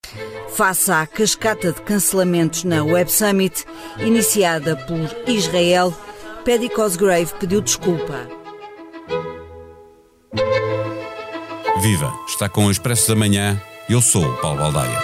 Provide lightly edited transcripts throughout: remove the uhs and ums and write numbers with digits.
Face à cascata de cancelamentos na Web Summit, iniciada por Israel, Paddy Cosgrave pediu desculpa. Viva! Está com o Expresso da Manhã. Eu sou o Paulo Baldaia.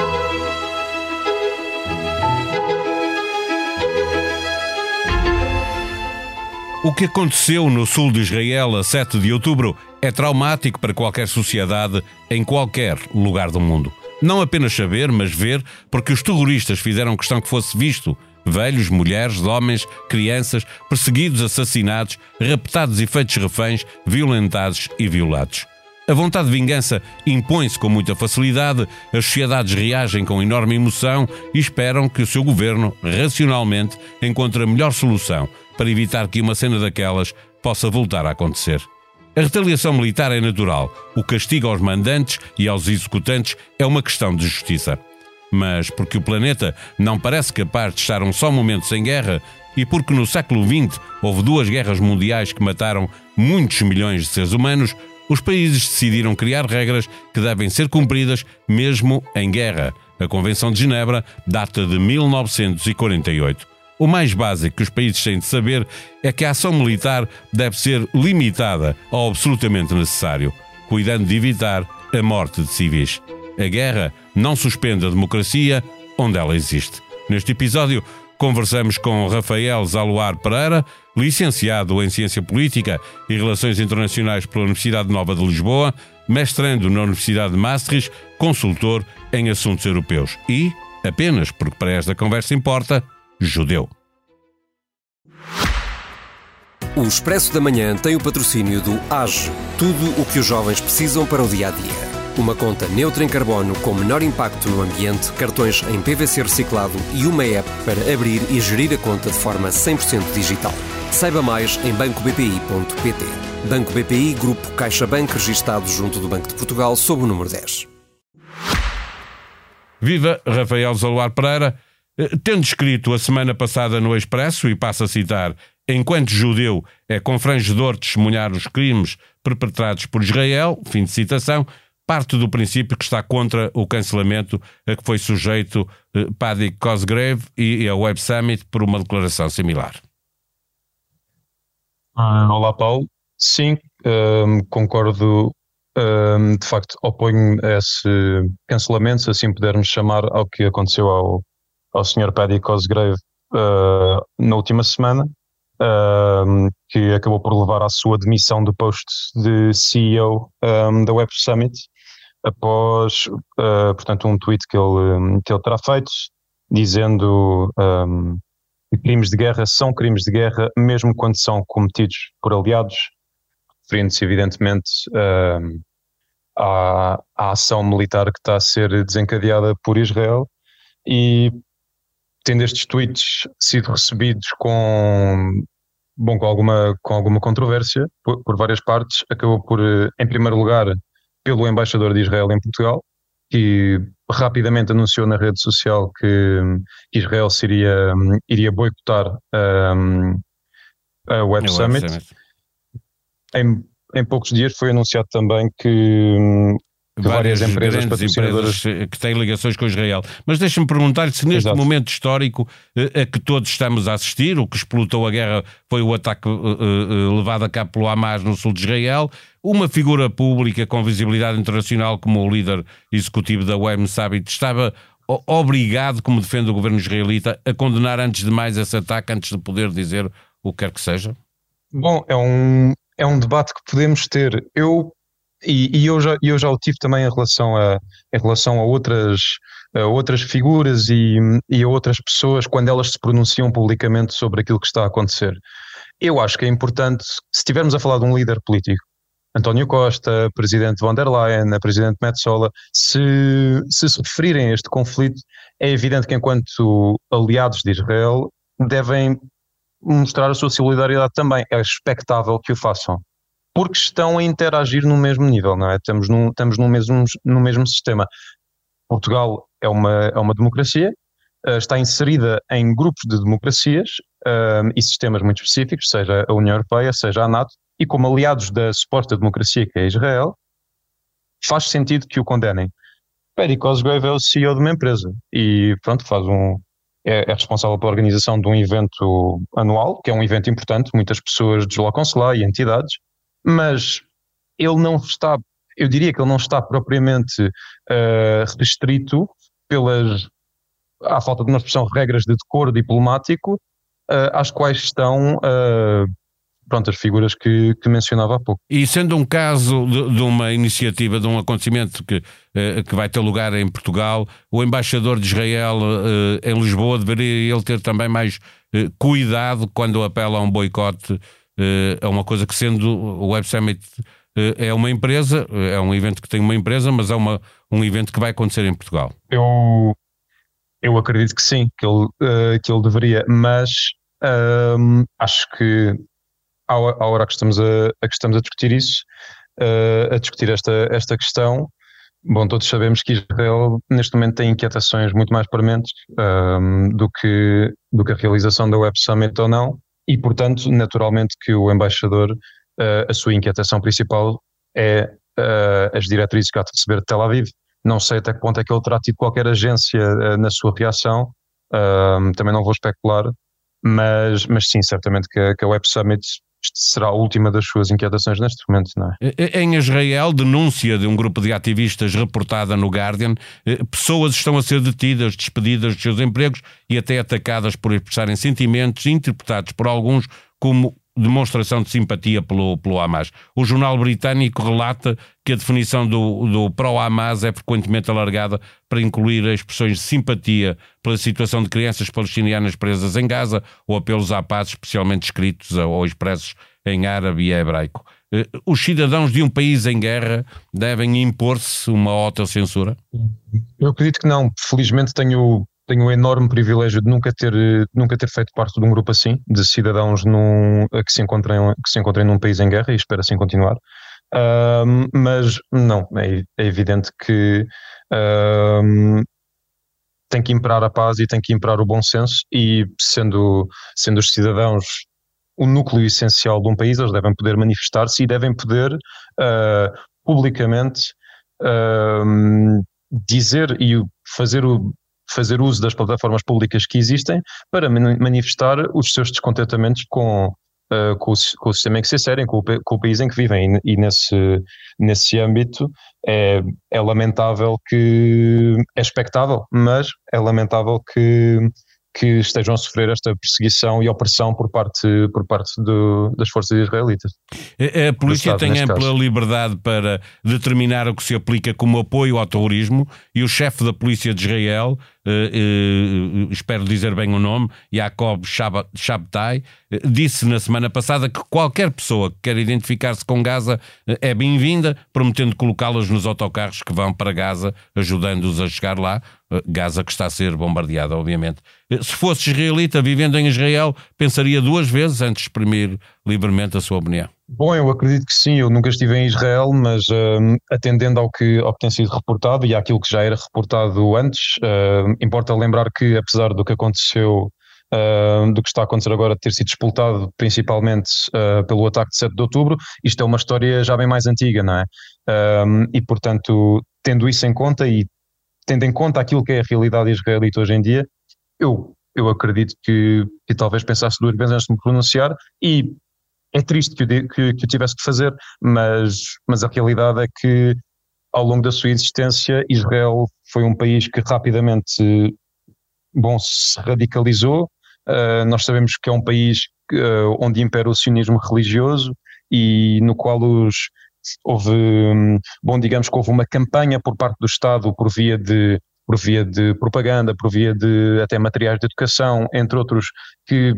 O que aconteceu no sul de Israel a 7 de outubro é traumático para qualquer sociedade em qualquer lugar do mundo. Não apenas saber, mas ver, porque os terroristas fizeram questão que fosse visto. Velhos, mulheres, homens, crianças, perseguidos, assassinados, raptados e feitos reféns, violentados e violados. A vontade de vingança impõe-se com muita facilidade, as sociedades reagem com enorme emoção e esperam que o seu governo, racionalmente, encontre a melhor solução para evitar que uma cena daquelas possa voltar a acontecer. A retaliação militar é natural, o castigo aos mandantes e aos executantes é uma questão de justiça. Mas porque o planeta não parece capaz de estar um só momento sem guerra e porque no século XX houve 2 guerras mundiais que mataram muitos milhões de seres humanos, os países decidiram criar regras que devem ser cumpridas mesmo em guerra. A Convenção de Genebra data de 1948. O mais básico que os países têm de saber é que a ação militar deve ser limitada ao absolutamente necessário, cuidando de evitar a morte de civis. A guerra não suspende a democracia onde ela existe. Neste episódio, conversamos com Rafael Zaluar Pereira, licenciado em Ciência Política e Relações Internacionais pela Universidade Nova de Lisboa, mestrando na Universidade de Maastricht, consultor em assuntos europeus e, apenas porque para esta conversa importa, judeu. O Expresso da Manhã tem o patrocínio do AGE, tudo o que os jovens precisam para o dia-a-dia. Uma conta neutra em carbono com menor impacto no ambiente, cartões em PVC reciclado e uma app para abrir e gerir a conta de forma 100% digital. Saiba mais em bancobpi.pt. Banco BPI, Grupo CaixaBank, registado junto do Banco de Portugal, sob o número 10. Viva Rafael Zaluar Pereira. Tendo escrito a semana passada no Expresso, e passo a citar, enquanto judeu é confrangedor testemunhar os crimes perpetrados por Israel, fim de citação, parte do princípio que está contra o cancelamento a que foi sujeito Paddy Cosgrave e a Web Summit por uma declaração similar. Olá, Paulo. Sim, concordo. De facto, oponho a esse cancelamento, se assim pudermos chamar, ao que aconteceu ao Sr. Paddy Cosgrave na última semana, que acabou por levar à sua demissão do posto de CEO da Web Summit, após, portanto, um tweet que ele terá feito, dizendo que crimes de guerra são crimes de guerra, mesmo quando são cometidos por aliados, referindo-se evidentemente à ação militar que está a ser desencadeada por Israel, e tendo estes tweets sido recebidos com alguma controvérsia por várias partes, acabou por, em primeiro lugar, pelo embaixador de Israel em Portugal, que rapidamente anunciou na rede social que Israel iria boicotar a Web Summit. Em poucos dias foi anunciado também que várias empresas patrocinadoras que têm ligações com Israel. Mas deixa-me perguntar-lhe se neste momento histórico a que todos estamos a assistir, o que explotou a guerra foi o ataque levado a cabo pelo Hamas no sul de Israel, uma figura pública com visibilidade internacional como o líder executivo da Web Summit estava obrigado, como defende o governo israelita, a condenar antes de mais esse ataque, antes de poder dizer o que quer que seja? Bom, é um debate que podemos ter. Eu já o tive também em relação a outras figuras e a outras pessoas quando elas se pronunciam publicamente sobre aquilo que está a acontecer. Eu acho que é importante, se estivermos a falar de um líder político, António Costa, a Presidente von der Leyen, a Presidente Metsola, se referirem a este conflito, é evidente que enquanto aliados de Israel devem mostrar a sua solidariedade também. É expectável que o façam, porque estão a interagir no mesmo nível, não é? Estamos no mesmo sistema. Portugal é uma democracia, está inserida em grupos de democracias e sistemas muito específicos, seja a União Europeia, seja a NATO, e como aliados da suposta democracia que é Israel, faz sentido que o condenem. Paddy Cosgrave é o CEO de uma empresa e pronto, é responsável pela organização de um evento anual, que é um evento importante, muitas pessoas deslocam-se lá e entidades, mas ele não está, eu diria que ele não está propriamente restrito à falta de uma expressão, regras de decoro diplomático, às quais estão pronto, as figuras que mencionava há pouco. E sendo um caso de uma iniciativa, de um acontecimento que vai ter lugar em Portugal, o embaixador de Israel em Lisboa deveria ele ter também mais cuidado quando apela a um boicote a uma coisa que, sendo o Web Summit é uma empresa, é um evento que tem uma empresa, mas é um evento que vai acontecer em Portugal. Eu acredito que sim, que ele deveria, mas acho que à hora que estamos a discutir isso, a discutir esta questão, bom, todos sabemos que Israel neste momento tem inquietações muito mais prementes do que a realização da Web Summit ou não, e portanto, naturalmente que o embaixador, a sua inquietação principal é as diretrizes que há de receber de Tel Aviv. Não sei até que ponto é que ele terá tido qualquer agência na sua reação, também não vou especular, mas sim, certamente que a Web Summit será a última das suas inquietações neste momento, não é? Em Israel, denúncia de um grupo de ativistas reportada no Guardian, pessoas estão a ser detidas, despedidas dos seus empregos e até atacadas por expressarem sentimentos interpretados por alguns como demonstração de simpatia pelo Hamas. O jornal britânico relata que a definição do pró-Hamas é frequentemente alargada para incluir expressões de simpatia pela situação de crianças palestinianas presas em Gaza ou apelos à paz especialmente escritos ou expressos em árabe e hebraico. Os cidadãos de um país em guerra devem impor-se uma autocensura? Eu acredito que não. Felizmente tenho o enorme privilégio de nunca ter feito parte de um grupo assim, de cidadãos que se encontrem num país em guerra, e espero assim continuar. Mas não, é evidente que tem que imperar a paz e tem que imperar o bom senso, e sendo os cidadãos o núcleo essencial de um país, eles devem poder manifestar-se e devem poder publicamente dizer e fazer uso das plataformas públicas que existem para manifestar os seus descontentamentos com o sistema em que se inserem, com o país em que vivem, e nesse âmbito é lamentável é expectável, mas é lamentável que estejam a sofrer esta perseguição e opressão por parte das forças israelitas. A polícia tem ampla liberdade para determinar o que se aplica como apoio ao terrorismo, e o chefe da polícia de Israel, espero dizer bem o nome, Jacob Shabtai, disse na semana passada que qualquer pessoa que quer identificar-se com Gaza é bem-vinda, prometendo colocá-las nos autocarros que vão para Gaza, ajudando-os a chegar lá. Gaza que está a ser bombardeada, obviamente. Se fosse israelita vivendo em Israel, pensaria duas vezes antes de exprimir livremente a sua opinião? Bom, eu acredito que sim. Eu nunca estive em Israel, mas atendendo ao que tem sido reportado e àquilo que já era reportado antes, importa lembrar que, apesar do que aconteceu, do que está a acontecer agora, de ter sido expultado principalmente pelo ataque de 7 de outubro, isto é uma história já bem mais antiga, não é? E, portanto, tendo isso em conta e tendo em conta aquilo que é a realidade israelita hoje em dia, eu acredito que talvez pensasse duas vezes antes de me pronunciar, e é triste que o tivesse que fazer, mas a realidade é que ao longo da sua existência Israel foi um país que rapidamente se radicalizou. Nós sabemos que é um país onde impera o sionismo religioso e no qual digamos que houve uma campanha por parte do Estado por via de propaganda, por via de até materiais de educação, entre outros, que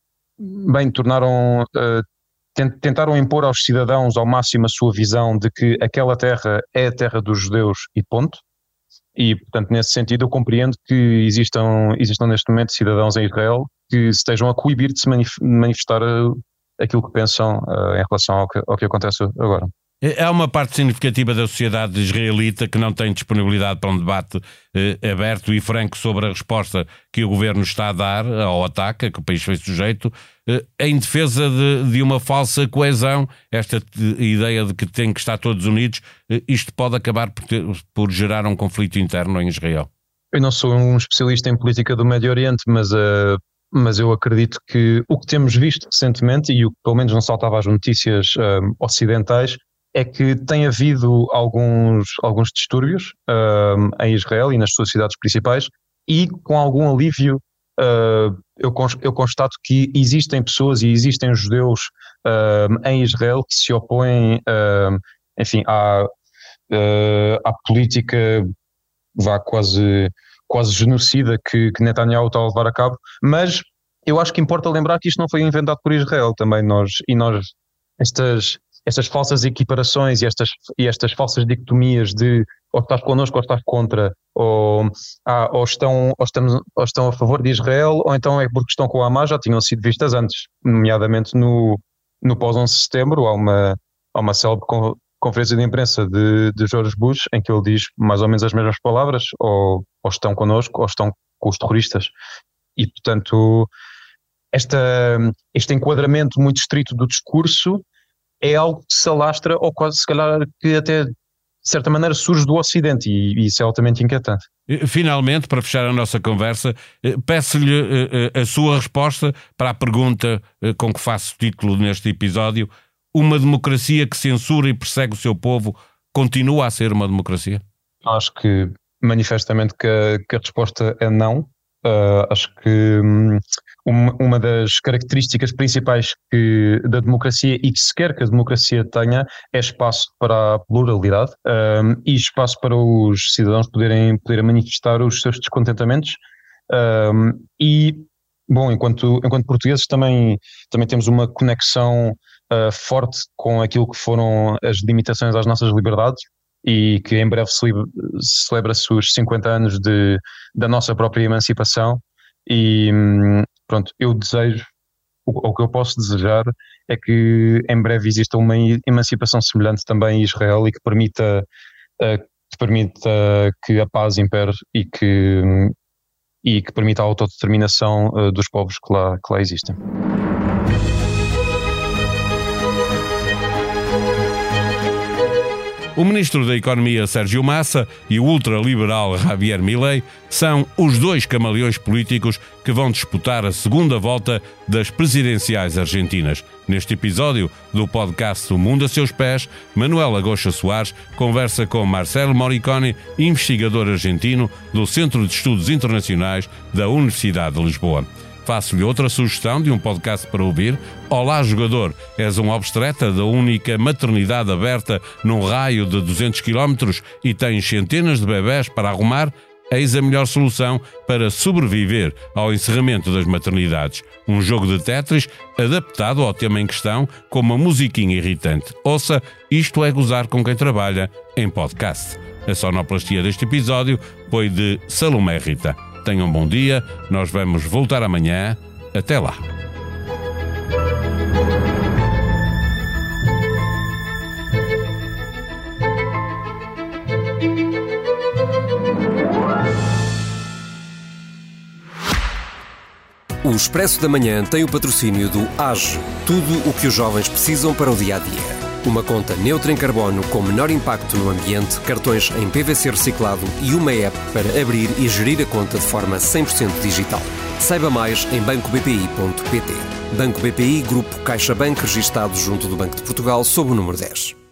tentaram impor aos cidadãos ao máximo a sua visão de que aquela terra é a terra dos judeus e ponto. E, portanto, nesse sentido eu compreendo que existam neste momento cidadãos em Israel que estejam a coibir de se manifestar aquilo que pensam em relação ao que acontece agora. Há uma parte significativa da sociedade israelita que não tem disponibilidade para um debate aberto e franco sobre a resposta que o governo está a dar ao ataque a que o país foi sujeito, em defesa de uma falsa coesão, esta ideia de que tem que estar todos unidos. Isto pode acabar por gerar um conflito interno em Israel. Eu não sou um especialista em política do Médio Oriente, mas eu acredito que o que temos visto recentemente, e o que pelo menos não saltava às notícias ocidentais, é que tem havido alguns distúrbios em Israel e nas suas cidades principais, e com algum alívio eu constato que existem pessoas e existem judeus em Israel que se opõem, enfim, à política quase genocida que Netanyahu está a levar a cabo. Mas eu acho que importa lembrar que isto não foi inventado por Israel também. Estas falsas equiparações e estas falsas dicotomias de ou estás connosco ou estás contra, ou estão a favor de Israel, ou então é porque estão com a Hamas, já tinham sido vistas antes, nomeadamente no pós-11 de setembro. Há uma célebre conferência de imprensa de George Bush em que ele diz mais ou menos as mesmas palavras, ou estão connosco ou estão com os terroristas. E portanto este enquadramento muito estrito do discurso é algo que se alastra, ou quase se calhar que até de certa maneira surge do Ocidente, e isso é altamente inquietante. Finalmente, para fechar a nossa conversa, peço-lhe a sua resposta para a pergunta com que faço título neste episódio: uma democracia que censura e persegue o seu povo continua a ser uma democracia? Acho que manifestamente que a resposta é não. Acho que uma das características principais da democracia, e que se quer que a democracia tenha, é espaço para a pluralidade e espaço para os cidadãos poderem manifestar os seus descontentamentos. E, bom, enquanto portugueses também temos uma conexão forte com aquilo que foram as limitações às nossas liberdades, e que em breve celebra-se os 50 anos da nossa própria emancipação. E pronto, eu desejo, o que eu posso desejar é que em breve exista uma emancipação semelhante também em Israel, e que permita que a paz impere e que permita a autodeterminação dos povos que lá existem. O ministro da Economia, Sérgio Massa, e o ultraliberal Javier Milei são os dois camaleões políticos que vão disputar a segunda volta das presidenciais argentinas. Neste episódio do podcast O Mundo a Seus Pés, Manuela Goxa Soares conversa com Marcelo Moriconi, investigador argentino do Centro de Estudos Internacionais da Universidade de Lisboa. Faço-lhe outra sugestão de um podcast para ouvir. Olá, jogador, és um obstetra da única maternidade aberta num raio de 200 km e tens centenas de bebés para arrumar? Eis a melhor solução para sobreviver ao encerramento das maternidades. Um jogo de Tetris adaptado ao tema em questão, com uma musiquinha irritante. Ouça, isto é gozar com quem trabalha em podcast. A sonoplastia deste episódio foi de Salomé Rita. Tenham um bom dia, nós vamos voltar amanhã. Até lá. O Expresso da Manhã tem o patrocínio do AGE, tudo o que os jovens precisam para o dia-a-dia. Uma conta neutra em carbono com menor impacto no ambiente, cartões em PVC reciclado e uma app para abrir e gerir a conta de forma 100% digital. Saiba mais em bancobpi.pt. Banco BPI, Grupo CaixaBank, registado junto do Banco de Portugal sob o número 10.